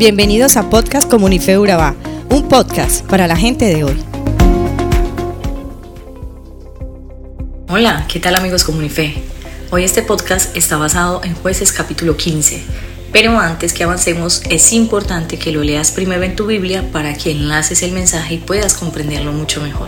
Bienvenidos a Podcast Comunife Urabá, un podcast para la gente de hoy. Hola, ¿qué tal amigos Comunife? Hoy este podcast está basado en Jueces capítulo 15, pero antes que avancemos es importante que lo leas primero en tu Biblia para que enlaces el mensaje y puedas comprenderlo mucho mejor.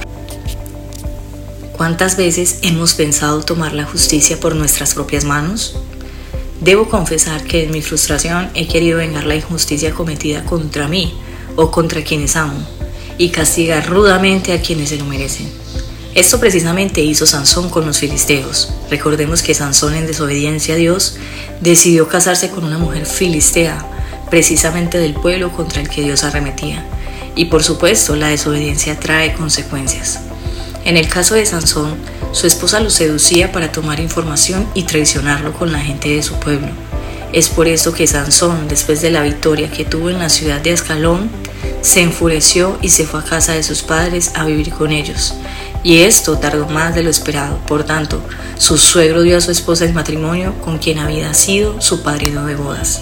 ¿Cuántas veces hemos pensado tomar la justicia por nuestras propias manos? Debo confesar que en mi frustración he querido vengar la injusticia cometida contra mí o contra quienes amo y castigar rudamente a quienes se lo merecen. Esto precisamente hizo Sansón con los filisteos. Recordemos que Sansón, en desobediencia a Dios, decidió casarse con una mujer filistea, precisamente del pueblo contra el que Dios arremetía. Y por supuesto, la desobediencia trae consecuencias. En el caso de Sansón, su esposa lo seducía para tomar información y traicionarlo con la gente de su pueblo. Es por eso que Sansón, después de la victoria que tuvo en la ciudad de Ascalón, se enfureció y se fue a casa de sus padres a vivir con ellos. Y esto tardó más de lo esperado. Por tanto, su suegro dio a su esposa en matrimonio con quien había sido su padrino de bodas.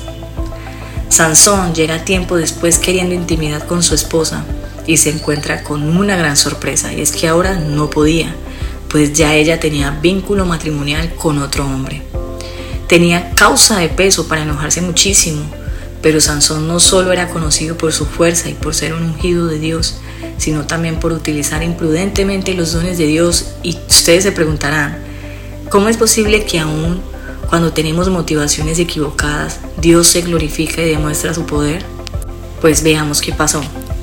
Sansón llega tiempo después queriendo intimidad con su esposa y se encuentra con una gran sorpresa, y es que ahora no podía, pues ya ella tenía vínculo matrimonial con otro hombre. Tenía causa de peso para enojarse muchísimo, pero Sansón no solo era conocido por su fuerza y por ser un ungido de Dios, sino también por utilizar imprudentemente los dones de Dios. Y ustedes se preguntarán, ¿cómo es posible que aún cuando tenemos motivaciones equivocadas, Dios se glorifica y demuestra su poder? Pues veamos qué pasó.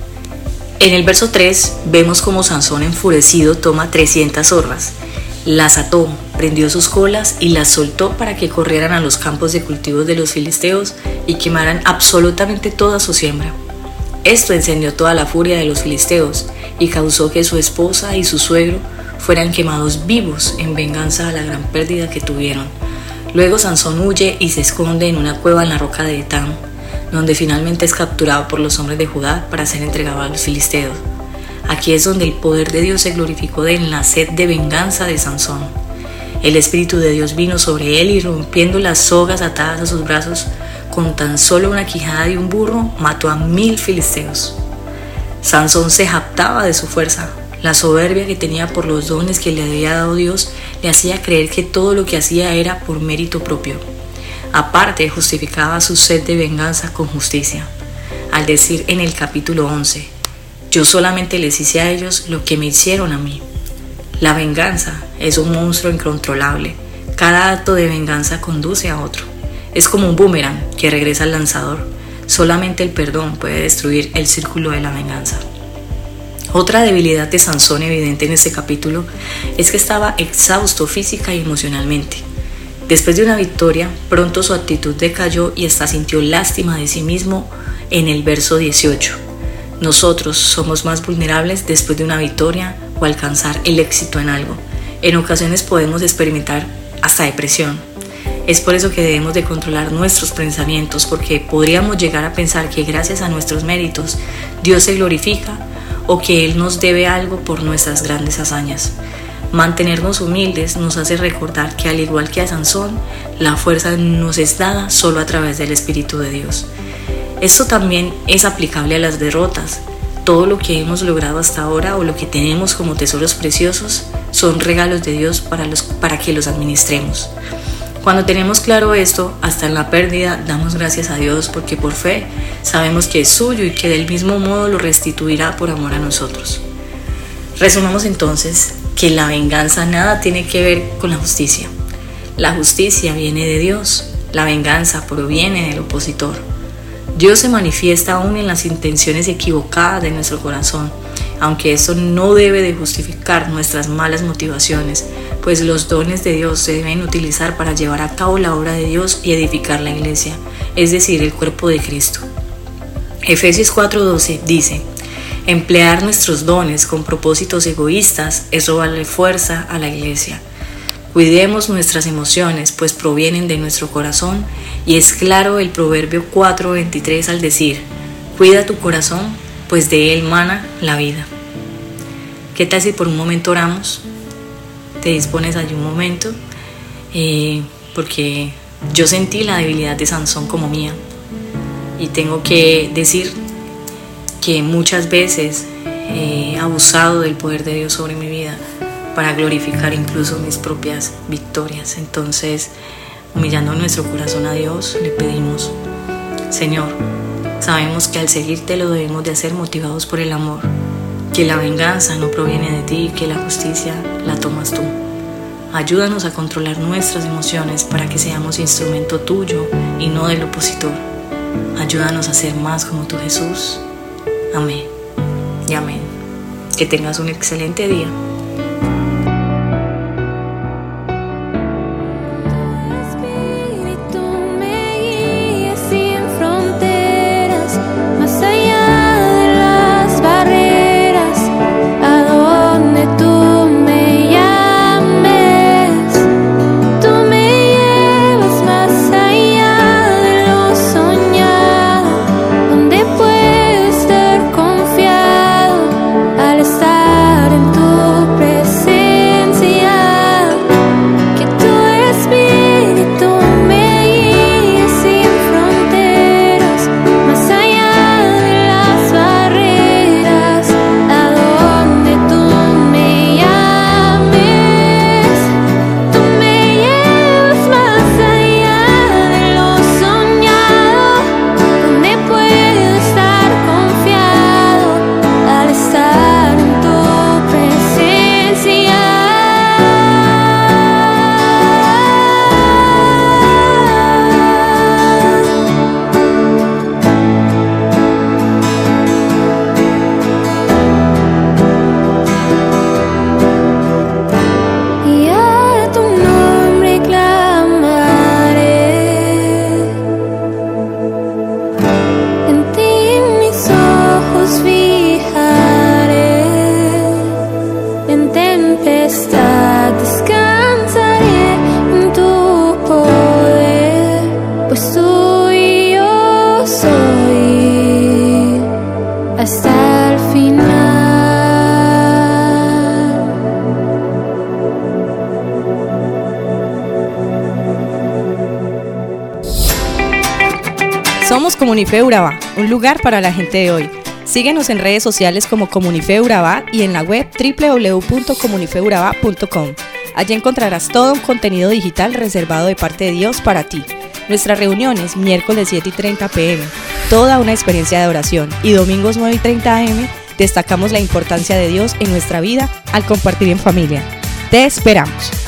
En el verso 3 vemos cómo Sansón, enfurecido, toma 300 zorras, las ató, prendió sus colas y las soltó para que corrieran a los campos de cultivos de los filisteos y quemaran absolutamente toda su siembra. Esto encendió toda la furia de los filisteos y causó que su esposa y su suegro fueran quemados vivos en venganza a la gran pérdida que tuvieron. Luego Sansón huye y se esconde en una cueva en la roca de Etán, donde finalmente es capturado por los hombres de Judá para ser entregado a los filisteos. Aquí es donde el poder de Dios se glorificó en la sed de venganza de Sansón. El Espíritu de Dios vino sobre él y, rompiendo las sogas atadas a sus brazos, con tan solo una quijada de un burro, mató a 1000 filisteos. Sansón se jactaba de su fuerza. La soberbia que tenía por los dones que le había dado Dios le hacía creer que todo lo que hacía era por mérito propio. Aparte, justificaba su sed de venganza con justicia, al decir en el capítulo 11, yo solamente les hice a ellos lo que me hicieron a mí. La venganza es un monstruo incontrolable. Cada acto de venganza conduce a otro. Es como un boomerang que regresa al lanzador. Solamente el perdón puede destruir el círculo de la venganza. Otra debilidad de Sansón evidente en este capítulo es que estaba exhausto física y emocionalmente. Después de una victoria, pronto su actitud decayó y hasta sintió lástima de sí mismo en el verso 18. Nosotros somos más vulnerables después de una victoria o alcanzar el éxito en algo. En ocasiones podemos experimentar hasta depresión. Es por eso que debemos de controlar nuestros pensamientos, porque podríamos llegar a pensar que gracias a nuestros méritos Dios se glorifica o que Él nos debe algo por nuestras grandes hazañas. Mantenernos humildes nos hace recordar que, al igual que a Sansón, la fuerza nos es dada solo a través del Espíritu de Dios. Esto también es aplicable a las derrotas. Todo lo que hemos logrado hasta ahora o lo que tenemos como tesoros preciosos son regalos de Dios para que los administremos. Cuando tenemos claro esto, hasta en la pérdida damos gracias a Dios, porque por fe sabemos que es suyo y que del mismo modo lo restituirá por amor a nosotros. Resumamos entonces que la venganza nada tiene que ver con la justicia. La justicia viene de Dios, la venganza proviene del opositor. Dios se manifiesta aún en las intenciones equivocadas de nuestro corazón, aunque esto no debe de justificar nuestras malas motivaciones, pues los dones de Dios se deben utilizar para llevar a cabo la obra de Dios y edificar la iglesia, es decir, el cuerpo de Cristo. Efesios 4:12 dice, emplear nuestros dones con propósitos egoístas es robarle fuerza a la iglesia. Cuidemos nuestras emociones, pues provienen de nuestro corazón, y es claro el Proverbio 4:23 al decir, cuida tu corazón, pues de él mana la vida. ¿Qué tal si por un momento oramos? Te dispones allí un momento, porque yo sentí la debilidad de Sansón como mía. Y tengo que decir que muchas veces he abusado del poder de Dios sobre mi vida para glorificar incluso mis propias victorias. Entonces, humillando nuestro corazón a Dios, le pedimos: Señor, sabemos que al seguirte lo debemos de hacer motivados por el amor, que la venganza no proviene de ti, que la justicia la tomas tú. Ayúdanos a controlar nuestras emociones para que seamos instrumento tuyo y no del opositor. Ayúdanos a ser más como tú, Jesús. Amén y amén. Que tengas un excelente día. Hasta el final. Somos Comunife Urabá, un lugar para la gente de hoy. Síguenos en redes sociales como Comunife Urabá y en la web www.comunifeurabá.com. Allí encontrarás todo un contenido digital reservado de parte de Dios para ti. Nuestras reuniones, miércoles 7:30 p.m., toda una experiencia de oración, y domingos 9:30 a.m., destacamos la importancia de Dios en nuestra vida al compartir en familia. Te esperamos.